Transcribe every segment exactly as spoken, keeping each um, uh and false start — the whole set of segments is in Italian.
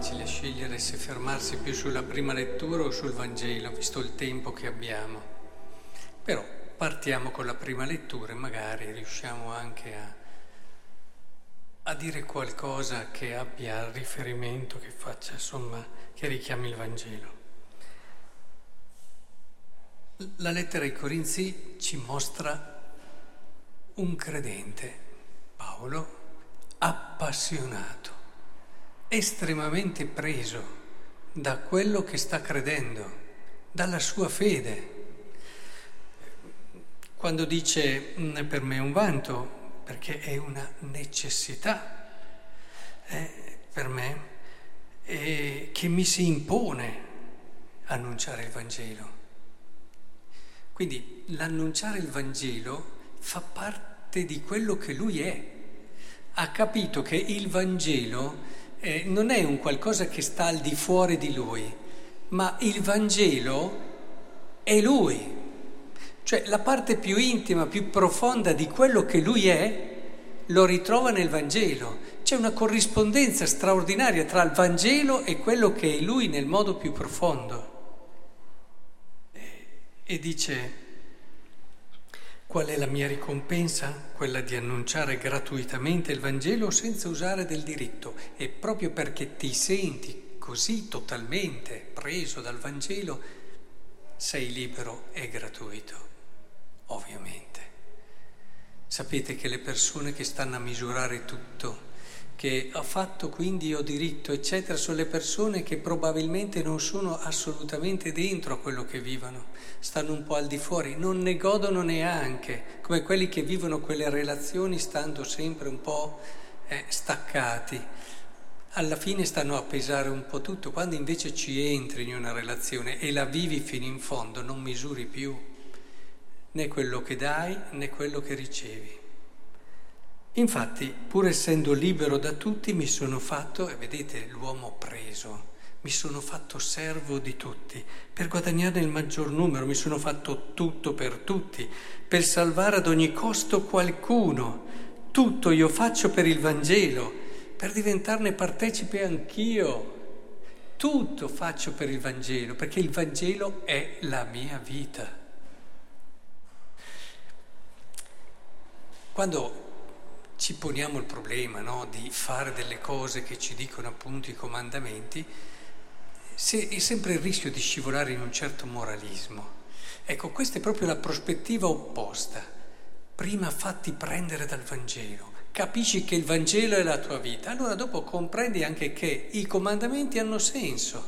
facile scegliere se fermarsi più sulla prima lettura o sul Vangelo, visto il tempo che abbiamo. Però partiamo con la prima lettura e magari riusciamo anche a, a dire qualcosa che abbia riferimento, che faccia, insomma, che richiami il Vangelo. La lettera ai Corinzi ci mostra un credente, Paolo, appassionato, estremamente preso da quello che sta credendo, dalla sua fede. Quando dice per me è un vanto, perché è una necessità eh, per me, eh, che mi si impone annunciare il Vangelo. Quindi l'annunciare il Vangelo fa parte di quello che lui è. Ha capito che il Vangelo eh, non è un qualcosa che sta al di fuori di lui, ma il Vangelo è lui. Cioè la parte più intima, più profonda di quello che lui è, lo ritrova nel Vangelo. C'è una corrispondenza straordinaria tra il Vangelo e quello che è lui nel modo più profondo. E dice, qual è la mia ricompensa? Quella di annunciare gratuitamente il Vangelo senza usare del diritto. E proprio perché ti senti così totalmente preso dal Vangelo, sei libero e gratuito, ovviamente. Sapete che le persone che stanno a misurare tutto, che ho fatto quindi ho diritto, eccetera, sono le persone che probabilmente non sono assolutamente dentro a quello che vivono, stanno un po' al di fuori, non ne godono neanche, come quelli che vivono quelle relazioni stando sempre un po' eh, staccati. Alla fine stanno a pesare un po' tutto, quando invece ci entri in una relazione e la vivi fino in fondo, non misuri più né quello che dai né quello che ricevi. Infatti, pur essendo libero da tutti, mi sono fatto, e vedete l'uomo preso, mi sono fatto servo di tutti, per guadagnare il maggior numero, mi sono fatto tutto per tutti, per salvare ad ogni costo qualcuno. Tutto io faccio per il Vangelo, per diventarne partecipe anch'io. Tutto faccio per il Vangelo, perché il Vangelo è la mia vita. Quando ci poniamo il problema, no, di fare delle cose che ci dicono appunto i comandamenti, se, è sempre il rischio di scivolare in un certo moralismo. Ecco, questa è proprio la prospettiva opposta. Prima fatti prendere dal Vangelo, capisci che il Vangelo è la tua vita, allora dopo comprendi anche che i comandamenti hanno senso,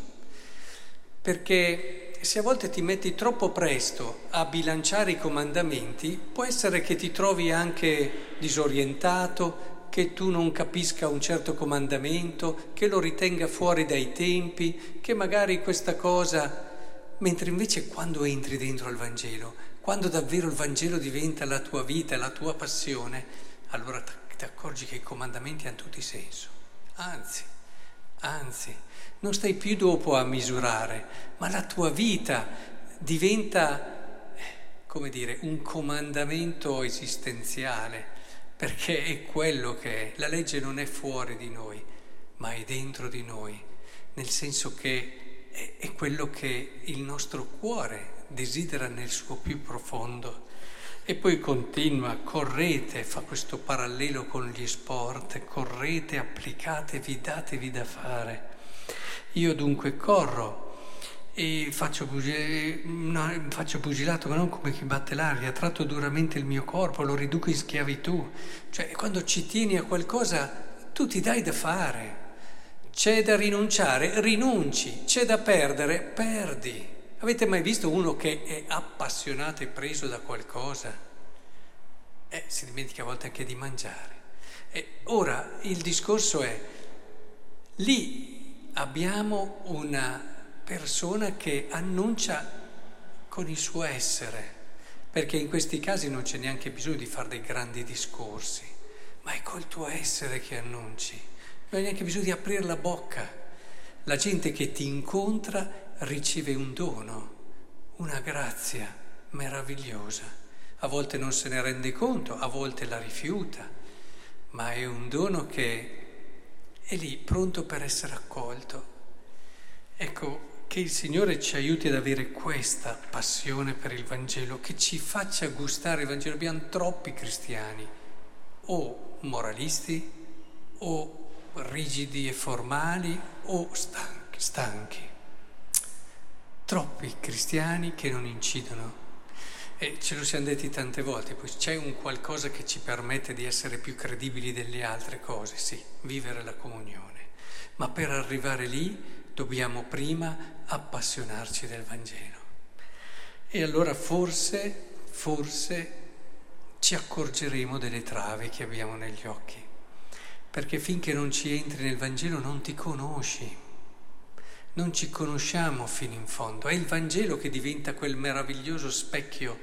perché se a volte ti metti troppo presto a bilanciare i comandamenti, può essere che ti trovi anche disorientato, che tu non capisca un certo comandamento, che lo ritenga fuori dai tempi, che magari questa cosa... Mentre invece quando entri dentro al Vangelo, quando davvero il Vangelo diventa la tua vita, la tua passione, allora ti accorgi che i comandamenti hanno tutti senso. Anzi, anzi... non stai più dopo a misurare, ma la tua vita diventa, come dire, un comandamento esistenziale, perché è quello che è. La legge non è fuori di noi, ma è dentro di noi, nel senso che è, è quello che il nostro cuore desidera nel suo più profondo. E poi continua, correte, fa questo parallelo con gli sport, correte, applicatevi, datevi da fare. Io dunque corro e faccio, bugi- no, faccio pugilato, ma non come chi batte l'aria, tratto duramente il mio corpo, lo riduco in schiavitù. Cioè, quando ci tieni a qualcosa, tu ti dai da fare. C'è da rinunciare, rinunci. C'è da perdere, perdi. Avete mai visto uno che è appassionato e preso da qualcosa? Eh, si dimentica a volte anche di mangiare. E ora, il discorso è, lì abbiamo una persona che annuncia con il suo essere, perché in questi casi non c'è neanche bisogno di fare dei grandi discorsi, ma è col tuo essere che annunci, non hai neanche bisogno di aprire la bocca. La gente che ti incontra riceve un dono, una grazia meravigliosa. A volte non se ne rende conto, a volte la rifiuta, ma è un dono che è lì pronto per essere accolto. Ecco, che il Signore ci aiuti ad avere questa passione per il Vangelo, che ci faccia gustare il Vangelo. Abbiamo troppi cristiani, o moralisti, o rigidi e formali, o stanchi, stanchi. Troppi cristiani che non incidono. E ce lo siamo detti tante volte, poi c'è un qualcosa che ci permette di essere più credibili delle altre cose, sì, vivere la comunione. Ma per arrivare lì dobbiamo prima appassionarci del Vangelo. E allora forse, forse ci accorgeremo delle travi che abbiamo negli occhi, perché finché non ci entri nel Vangelo non ti conosci, non ci conosciamo fino in fondo. È il Vangelo che diventa quel meraviglioso specchio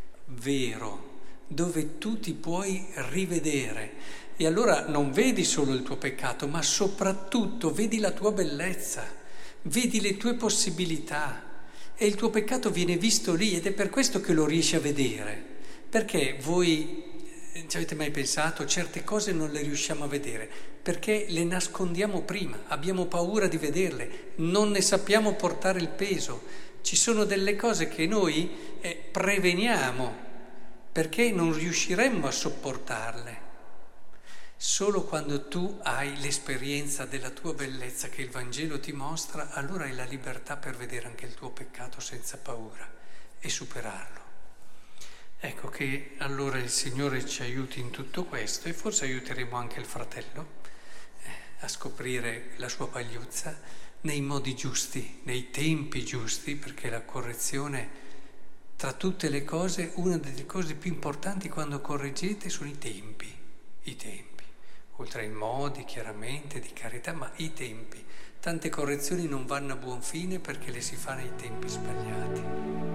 vero, dove tu ti puoi rivedere. E allora non vedi solo il tuo peccato, ma soprattutto vedi la tua bellezza, vedi le tue possibilità. E il tuo peccato viene visto lì, ed è per questo che lo riesci a vedere. Perché voi, ci avete mai pensato, certe cose non le riusciamo a vedere? Perché le nascondiamo prima, abbiamo paura di vederle, non ne sappiamo portare il peso. Ci sono delle cose che noi eh, preveniamo, perché non riusciremmo a sopportarle. Solo quando tu hai l'esperienza della tua bellezza che il Vangelo ti mostra, allora hai la libertà per vedere anche il tuo peccato senza paura e superarlo. Ecco che allora il Signore ci aiuti in tutto questo, e forse aiuteremo anche il fratello eh, a scoprire la sua pagliuzza nei modi giusti, nei tempi giusti, perché la correzione, tra tutte le cose, una delle cose più importanti quando correggete sono i tempi, i tempi. Oltre ai modi, chiaramente, di carità, ma i tempi. Tante correzioni non vanno a buon fine perché le si fa nei tempi sbagliati.